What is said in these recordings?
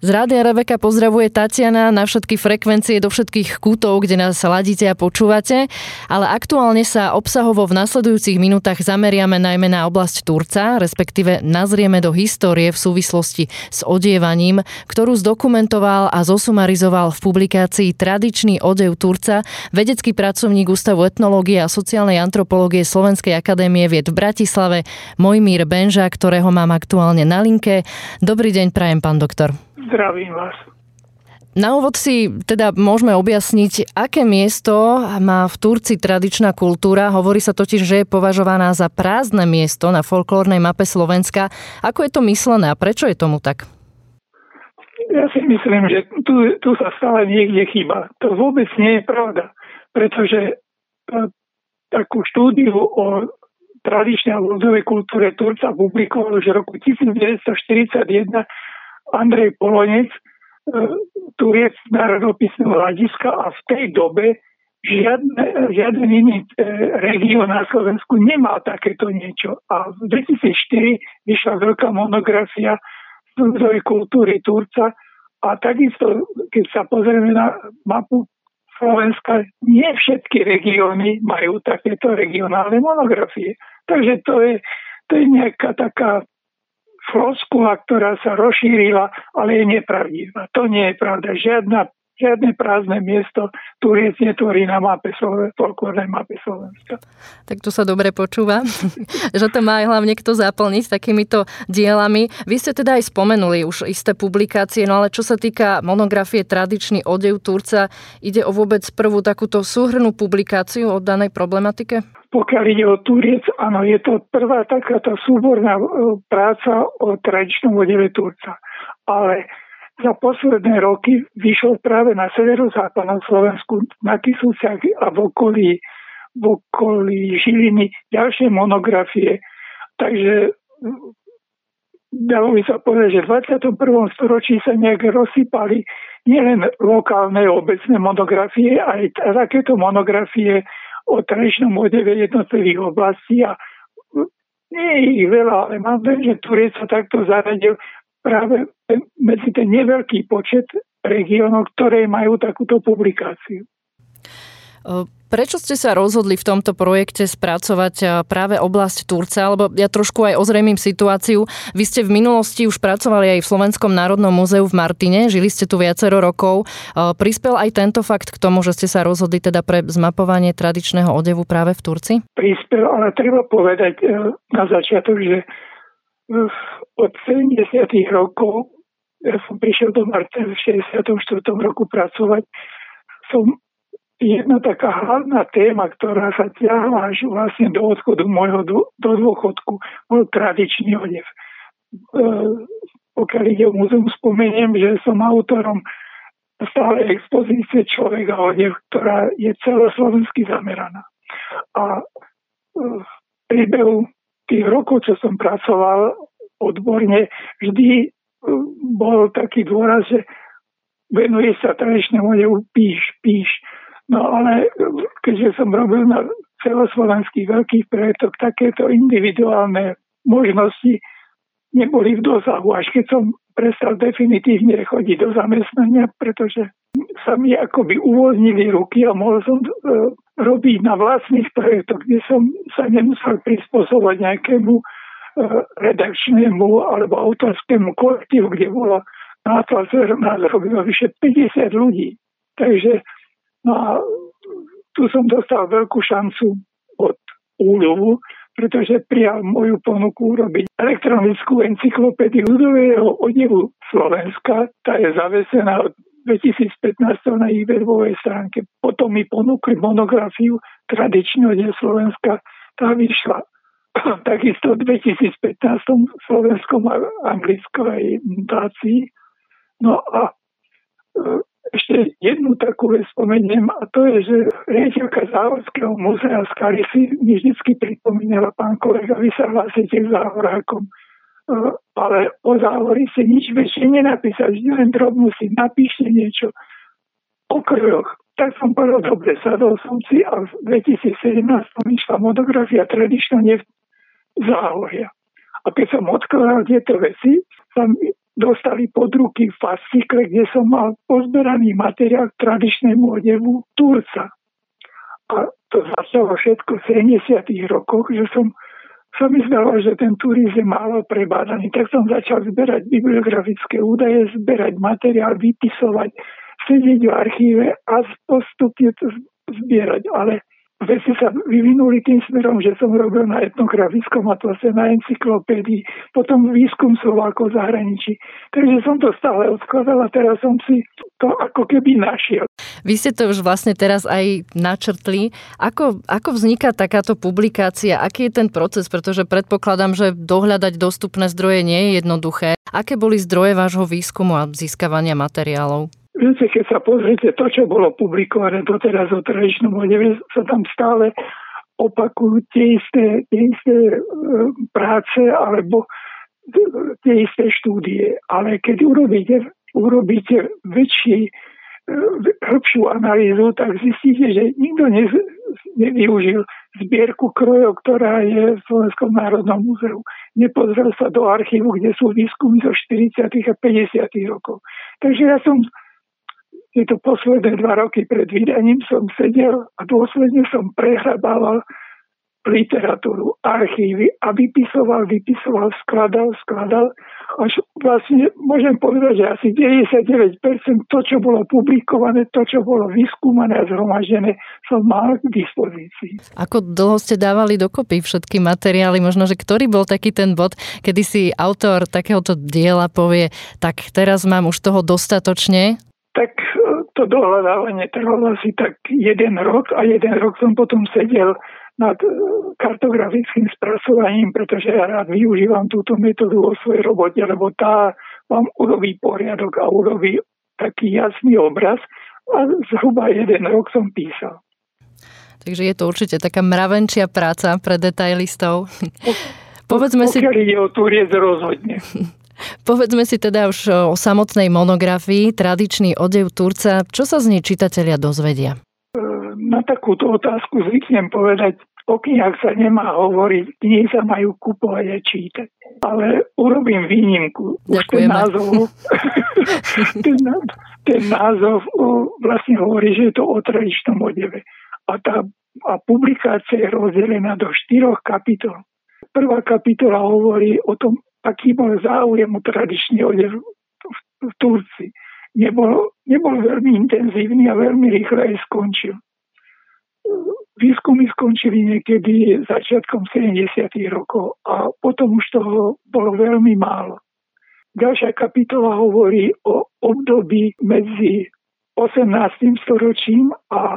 Z Rádia Rebeka pozdravuje Tatiana na všetky frekvencie do všetkých kútov, kde nás ladíte a počúvate, ale aktuálne sa obsahovo v nasledujúcich minútach zameriame najmä na oblasť Turca, respektíve nazrieme do histórie v súvislosti s odievaním, ktorú zdokumentoval a zosumarizoval v publikácii Tradičný odev Turca vedecký pracovník Ústavu etnológie a sociálnej antropológie Slovenskej akadémie vied v Bratislave Mojmír Benža, ktorého mám aktuálne na linke. Dobrý deň, prajem, pán doktor. Zdravím vás. Na úvod si teda môžeme objasniť, aké miesto má v Turci tradičná kultúra. Hovorí sa totiž, že je považovaná za prázdne miesto na folklórnej mape Slovenska. Ako je to myslené a prečo je tomu tak? Ja si myslím, že tu sa stále niekde chýba. To vôbec nie je pravda, pretože takú štúdiu o tradičnej a ľudovej kultúre Turca publikoval už v roku 1941 Andrej Polonec, Turiec z národopisného hľadiska, a v tej dobe žiaden iný región na Slovensku nemal takéto niečo. A v 2004 vyšla veľká monografia ľudovej kultúry Turca a takisto, keď sa pozrieme na mapu Slovenska, nie všetky regióny majú takéto regionálne monografie. Takže to je nejaká taká floskula, ktorá sa rozšírila, ale je nepravdivá. To nie je pravda. Žiadne prázdne miesto Turiec netvorí na folklórnej mape Slovenska. Tak tu sa dobre počúva, že to má aj hlavne kto zaplniť takýmito dielami. Vy ste teda aj spomenuli už isté publikácie, no ale čo sa týka monografie Tradičný odev Turca, ide o vôbec prvú takúto súhrnnú publikáciu o danej problematike? Pokiaľ ide o Turiec, áno, je to prvá takáto súborná práca o tradičnom odeve Turca. Ale za posledné roky vyšlo práve na severozápadnom Slovensku, na Kisúciach a v okolí Žiliny ďalšie monografie. Takže dalo by sa povedať, že v 21. storočí sa nejak rozsypali nielen lokálne obecné monografie, aj takéto monografie o tradičnom odeve jednotlivých oblastí. A nie je ich veľa, ale mám dojem, že Turiec sa takto zaradil práve medzi ten neveľký počet regiónov, ktoré majú takúto publikáciu. Prečo ste sa rozhodli v tomto projekte spracovať práve oblasť Turca? Lebo ja trošku aj ozrejmím situáciu. Vy ste v minulosti už pracovali aj v Slovenskom národnom múzeu v Martine, žili ste tu viacero rokov. Prispel aj tento fakt k tomu, že ste sa rozhodli teda pre zmapovanie tradičného odevu práve v Turci? Prispel, ale treba povedať na začiatok, že od 70. rokov, ja som prišiel do Martine v 64. roku pracovať, jedna taká hlavná téma, ktorá sa ťahla až vlastne do odchodu môjho do dôchodku, bol tradičný odev. Pokiaľ ide o múzeum, spomeniem, že som autorom stále expozície Človek a odev, ktorá je celoslovensky zameraná. A v priebehu tých rokov, čo som pracoval odborne, vždy bol taký dôraz, že venuje sa tradičnému odevu, píš. No ale keďže som robil na celoslovenských veľkých projektoch, takéto individuálne možnosti neboli v dosahu. Až keď som prestal definitívne chodiť do zamestnania, pretože sa mi akoby uvoľnili ruky a mohol som robiť na vlastných projektoch, kde som sa nemusel prispôsobovať nejakému redakčnému alebo autorskému kolektívu, kde bolo nás robilo vyše 50 ľudí. Takže no a tu som dostal veľkú šancu od úľuvu, pretože prijal moju ponuku urobiť elektronickú encyklopédiu ľudového odevu Slovenska. Tá je zavesená od 2015 na ich webovej stránke. Potom mi ponúkli monografiu Tradičný odev Slovenska. Tá vyšla takisto v 2015 v slovenskom a anglickom mutácii. No a ešte jednu takú vec spomeniem, a to je, že riaditeľka Záhorského múzea z Kalisy mi vždycky pripomínala: pán kolega, vy sa hlásite k Záhorákom, ale o Záhori si nič väčšie nenapísať, len drobnú si napíšte niečo o krvoch. Tak som povedal, dobre, sadol som si a v 2017 išla monografia Tradičného Záhoria. A keď som odkladal tieto veci, sa dostali pod ruky fascikle, kde som mal pozberaný materiál k tradičnému odevu Turca. A to začalo všetko v 70. rokoch, že sa mi zdalo, že ten turizm je málo prebádaný. Tak som začal zberať bibliografické údaje, zberať materiál, vypisovať, sedieť v archíve a postupne to zbierať. Ale veci sa vyvinuli tým smerom, že som robil na etnografickom atlase, na encyklopédii, potom výskum Slovákov v zahraničí. Takže som to stále odkladal a teraz som si to ako keby našiel. Vy ste to už vlastne teraz aj načrtli. Ako vzniká takáto publikácia? Aký je ten proces? Pretože predpokladám, že dohľadať dostupné zdroje nie je jednoduché. Aké boli zdroje vášho výskumu a získavania materiálov? Viete, keď sa pozriete, to, čo bolo publikované doteraz o tradičnom odeve, sa tam stále opakujú tie isté práce alebo tie isté štúdie. Ale keď urobíte hĺbšiu analýzu, tak zistíte, že nikto nevyužil zbierku krojov, ktorá je v Slovenskom národnom múzeu. Nepozrel sa do archívu, kde sú výskumy zo 40. a 50. rokov. Takže ja som tieto posledné 2 roky pred vydaním som sedel a dôsledne som prehrabával literatúru, archívy a vypisoval, skladal. Až vlastne môžem povedať, že asi 99% to, čo bolo publikované, to, čo bolo vyskúmané a zhromaždené, som mal k dispozícii. Ako dlho ste dávali dokopy všetky materiály? Možno, že ktorý bol taký ten bod, kedy si autor takéhoto diela povie, tak teraz mám už toho dostatočne? Tak to dohľadávanie trvalo asi tak 1 rok a 1 rok som potom sedel nad kartografickým spracovaním, pretože ja rád využívam túto metódu vo svojej robote, lebo tá vám urobí poriadok a urobí taký jasný obraz a zhruba 1 rok som písal. Takže je to určite taká mravenčia práca pre detailistov. Pokiaľ ide o Turiec, rozhodne. Povedzme si teda už o samotnej monografii Tradičný odev Turca. Čo sa z nej čitatelia dozvedia? Na takúto otázku zvyknem povedať, o knihách sa nemá hovoriť, knihy sa majú kupovať a čítať. Ale urobím výnimku. Už ten názov vlastne hovorí, že je to o tradičnom odeve. A publikácia je rozdelená do 4 kapitol. Prvá kapitola hovorí o tom, aký bol záujem o tradičný odev v Turci. Nebol veľmi intenzívny a veľmi rýchle aj skončil. Výskumy skončili niekedy začiatkom 70. rokov a potom už toho bolo veľmi málo. Ďalšia kapitola hovorí o období medzi 18. storočím a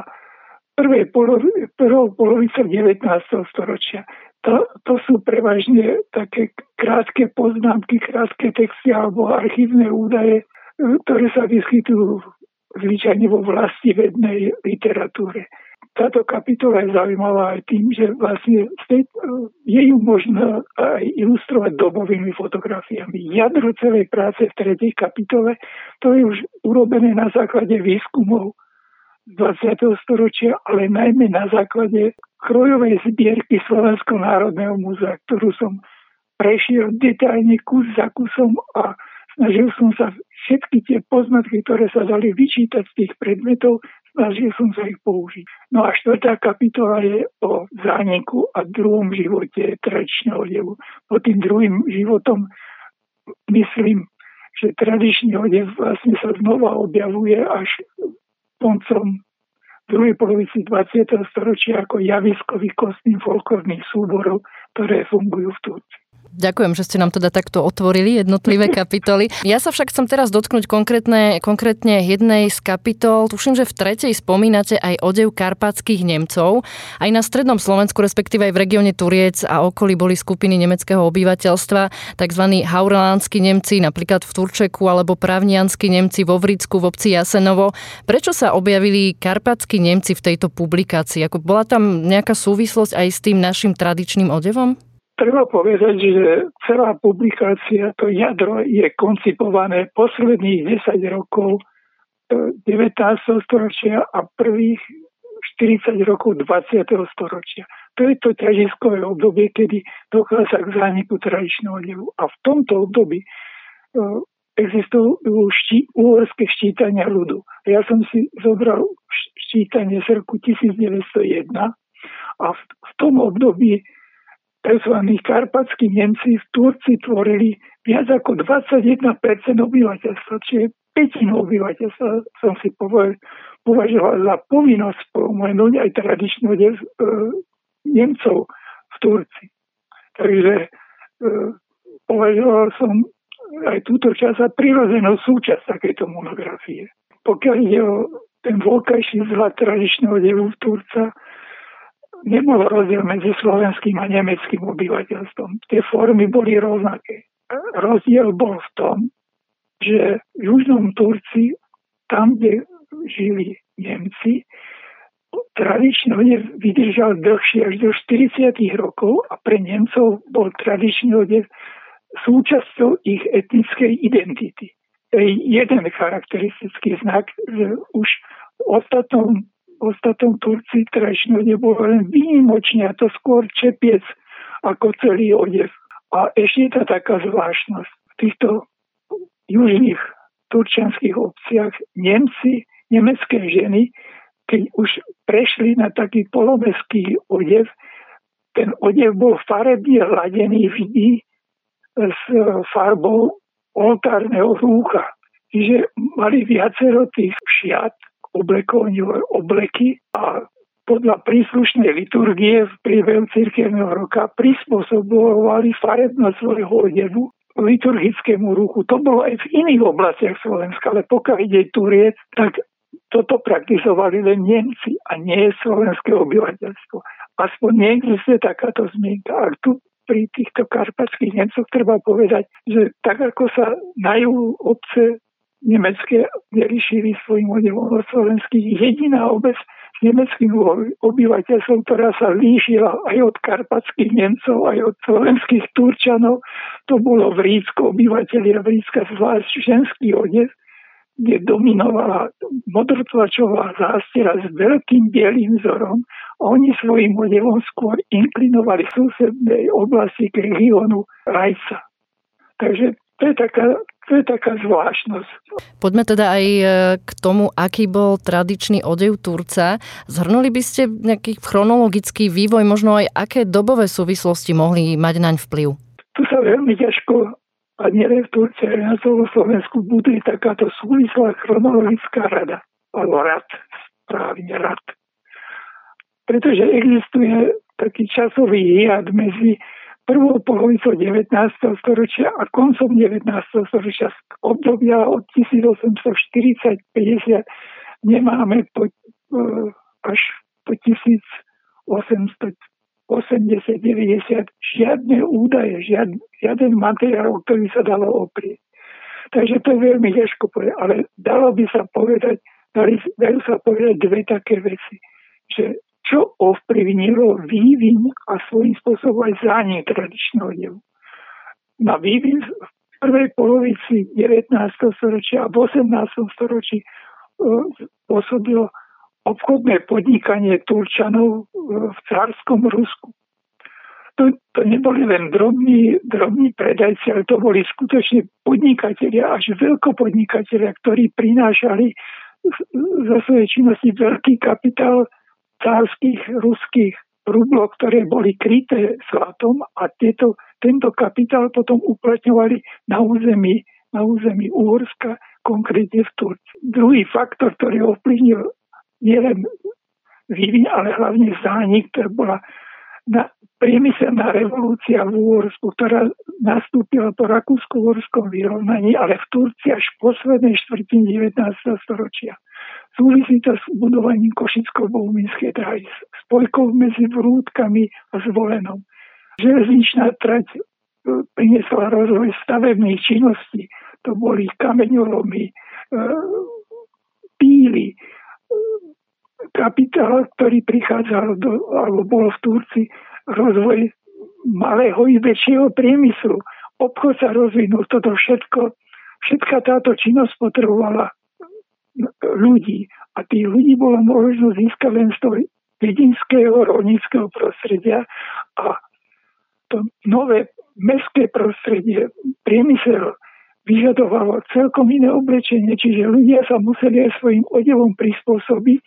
prvou polovicou 19. storočia. To sú prevažne také krátke poznámky, krátke texty alebo archívne údaje, ktoré sa vyskytujú zvyčajne vo vlastivednej literatúre. Táto kapitola je zaujímavá aj tým, že vlastne je ju možné aj ilustrovať dobovými fotografiami. Jadro celej práce v 3. kapitole to je už urobené na základe výskumov 20. storočia, ale najmä na základe krojovej zbierky Slovenského národného múzea, ktorú som prešiel detailne kus za kusom a snažil som sa všetky tie poznatky, ktoré sa dali vyčítať z tých predmetov, snažil som sa ich použiť. No a 4. kapitola je o zániku a druhom živote tradičného odevu. Po tým druhým životom myslím, že tradičný odev vlastne sa znova objavuje až koncom druhej polovici 20. storočia ako javiskový kostým folklórnych súborov, ktoré fungujú v Turcii. Ďakujem, že ste nám teda takto otvorili jednotlivé kapitoly. Ja sa však chcem teraz dotknúť konkrétne jednej z kapitol. Tuším, že v 3. spomínate aj odev karpatských Nemcov. Aj na strednom Slovensku, respektíve aj v regióne Turiec a okolí boli skupiny nemeckého obyvateľstva, tzv. Haurelánsky Nemci, napríklad v Turčeku, alebo Pravniansky Nemci vo Vricku, v obci Jasenovo. Prečo sa objavili karpatskí Nemci v tejto publikácii? Bola tam nejaká súvislosť aj s tým našim tradičným odevom? Treba povedať, že celá publikácia, to jadro je koncipované posledných 10 rokov 19. storočia a prvých 40 rokov 20. storočia. To je to ťažiskové obdobie, kedy dochádza k zániku tradičného odevu. A v tomto období existujú uhorské ščítania ľudu. Ja som si zobral ščítanie z roku 1901 a v tom období tzv. Karpatskí Nemci v Turci tvorili viac ako 21% obyvateľstva, čiže pätinu obyvateľstva som si považoval za povinnosť spomenúť aj tradičný odev Nemcov v Turci. Takže považoval som aj túto časť za prirodzenú súčasť takéto monografie. Pokiaľ ide o ten vonkajší vzhľad tradičného odevu v Turca, nebol rozdiel medzi slovenským a nemeckým obyvateľstvom. Tie formy boli rovnaké. Rozdiel bol v tom, že v južnom Turci, tam, kde žili Nemci, tradičný odev vydržal dlhšie až do 40 rokov a pre Nemcov bol tradičný odev súčasťou ich etnickej identity. To je jeden charakteristický znak, že už v ostatnom Turci tradičný odev bol len výnimočne, a to skôr čepiec ako celý odev. A ešte je to taká zvláštnosť. V týchto južných turčianských obciach nemecké ženy, keď už prešli na taký polomeský odev, ten odev bol farebne ladený vždy s farbou oltárneho rúcha. Čiže mali viacero tých šiat, obleky a podľa príslušnej liturgie v priebehu cirkevného roka prispôsobovali farebnosť svojho odevu liturgickému ruchu. To bolo aj v iných oblastiach Slovenska, ale pokiaľ ide Turiec, tak toto praktizovali len Nemci a nie slovenské obyvateľstvo. Aspoň neexistuje takáto zmienka. A tu pri týchto karpatských Nemcoch treba povedať, že tak ako sa na juhu obce nemecké nerišili svojim odevom od slovenských, jediná obec s nemeckým obyvateľstvom, ktorá sa líšila aj od karpatských Nemcov, aj od slovenských Turčanov, to bolo Vrícko, obyvateľia Vrícka, zvlášť ženský odev, kde dominovala modrotlačová zástiera s veľkým bielým vzorom a oni svojim odevom skôr inklinovali v susednej oblasti k regiónu Rajca. Takže to je taká zvláštnosť. Poďme teda aj k tomu, aký bol tradičný odev Turca. Zhrnuli by ste nejaký chronologický vývoj, možno aj aké dobové súvislosti mohli mať naň vplyv? Tu sa veľmi ťažko, a nielen v Turce, ale na celom Slovensku buduje takáto súvislá chronologická rada. Alebo rad. Pretože existuje taký časový hiat medzi prvou polovicou 19. storočia a koncom 19. storočia, obdobia od 1840-50 nemáme až po 1880-90 žiadne údaje, žiaden materiál, ktorý sa dalo oprieť. Takže to je veľmi ťažko povedať, ale dajú sa povedať dve také veci, že čo ovplyvnilo vývin a svojím spôsobom aj zánik tradičného odevu. Na vývin v prvej polovici 19. storočia a v 18. storočí pôsobilo obchodné podnikanie Turčanov v cárskom Rusku. To neboli len drobní predajci, ale to boli skutočne podnikatelia, až veľkopodnikatelia, ktorí prinášali za svojej činnosti veľký kapitál cárskych ruských rublov, ktoré boli kryté zlatom a tento kapitál potom uplatňovali na území Uhorska, konkrétne v Turci. Druhý faktor, ktorý ovplyvnil nielen vývin, ale hlavne zánik, ktorá bola priemyselná revolúcia v Uhorsku, ktorá nastúpila po rakúsko-uhorskom vyrovnaní, ale v Turcii až v poslednej štvrtine 19. storočia. Súvisí to s budovaním Košicko-Bohumínskej dráhy, spojkov medzi Vrútkami a Zvolenom. Železničná trať priniesla rozvoj stavebných činností. To boli kameňolomy, píly, kapitál, ktorý prichádzal alebo bol v Turcii, rozvoj malého i väčšieho priemyslu. Obchod sa rozvinul, všetká táto činnosť potrebovala ľudí. A tých ľudí bolo možno získať len z toho dedinského, rolníckeho prostredia a to nové mestské prostredie, priemysel vyžadovalo celkom iné oblečenie, čiže ľudia sa museli aj svojim odevom prispôsobiť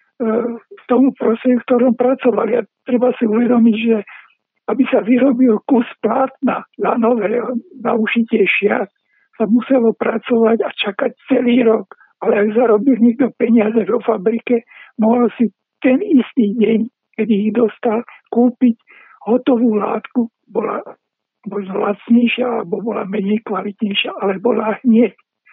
v tomu prostredí, v ktorom pracovali. A treba si uvedomiť, že aby sa vyrobil kus plátna lanového na ušitie šiat, sa muselo pracovať a čakať celý rok. Ale ak zarobil niekto peniaze vo fabrike, mohol si ten istý deň, kedy ich dostal, kúpiť hotovú látku, bola možno lacnejšia, alebo bola menej kvalitnejšia, ale bola hneď.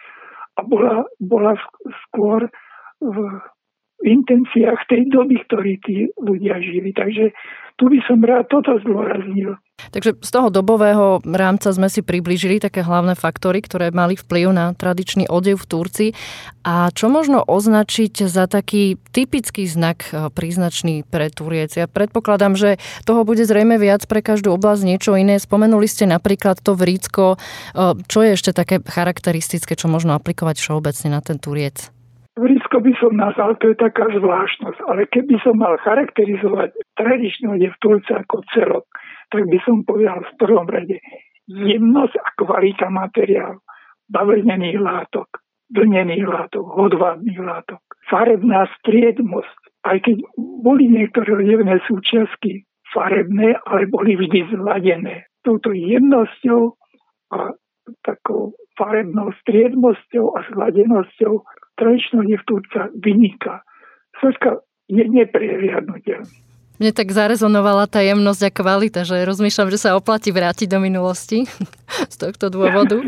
A bola skôr v intenciách tej doby, ktorí tí ľudia žili. Takže tu by som rád toto zdôraznil. Takže z toho dobového rámca sme si priblížili také hlavné faktory, ktoré mali vplyv na tradičný odev v Turcii. A čo možno označiť za taký typický znak príznačný pre Turiec? Ja predpokladám, že toho bude zrejme viac pre každú oblasť niečo iné. Spomenuli ste napríklad to vrícko. Čo je ešte také charakteristické, čo možno aplikovať všeobecne na ten Turiec? Vrícko by som nazval, to je taká zvláštnosť, ale keby som mal charakterizovať tradičný odev Turca ako celok, tak by som povedal v prvom rade jemnosť a kvalita materiálu, bavlnených látok, vlnených látok, hodvábnych látok, farebná striedmosť, aj keď boli niektoré odevné súčiastky farebné, ale boli vždy zladené. Touto jemnosťou a takou farebnou striedmosťou a zladenosťou tradičného odev Turca vyniká. Skôr je neprehliadnutelný. Mne tak zarezonovala tá jemnosť a kvalita, že rozmýšľam, že sa oplatí vrátiť do minulosti z tohto dôvodu.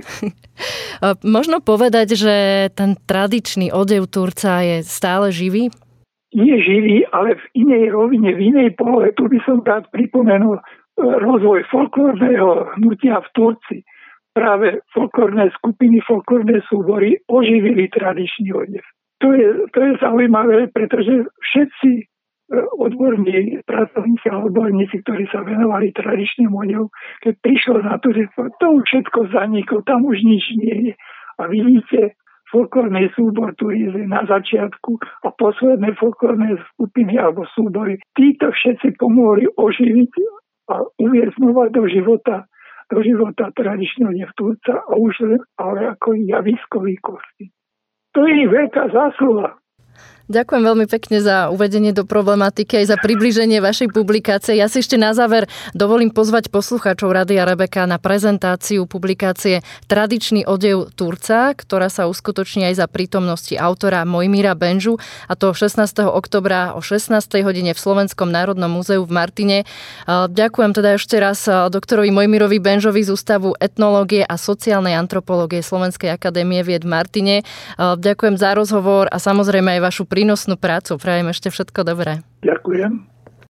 Možno povedať, že ten tradičný odev Turca je stále živý? Nie živý, ale v inej rovine, v inej polohe. Tu by som rád pripomenul rozvoj folklórneho hnutia v Turcii. Práve folklórne skupiny, folklórne súbory oživili tradičný odev. To je zaujímavé, pretože všetci odborní pracovníci a odborníci, ktorí sa venovali tradičnému odevu, keď prišlo na to, že to už všetko zaniklo, tam už nič nie je. A vidíte, folklórny súbor tu je na začiatku a posledné folklórne skupiny alebo súbory. Títo všetci pomohli oživiť a uviesť znova do života tradičného odev Turca a už len ale ako javiskový kosti. To je veľká zásluha. Ďakujem veľmi pekne za uvedenie do problematiky aj za priblíženie vašej publikácie. Ja si ešte na záver dovolím pozvať poslucháčov Rádia Rebeka na prezentáciu publikácie Tradičný odev Turca, ktorá sa uskutoční aj za prítomnosti autora Mojmíra Benžu, a to 16. oktobra o 16. hodine v Slovenskom národnom múzeu v Martine. Ďakujem teda ešte raz doktorovi Mojmírovi Benžovi z Ústavu etnológie a sociálnej antropológie Slovenskej akadémie vied v Martine. Ďakujem za rozhovor a samozrejme aj vašu prínosnú prácu. Prajem ešte všetko dobré. Ďakujem.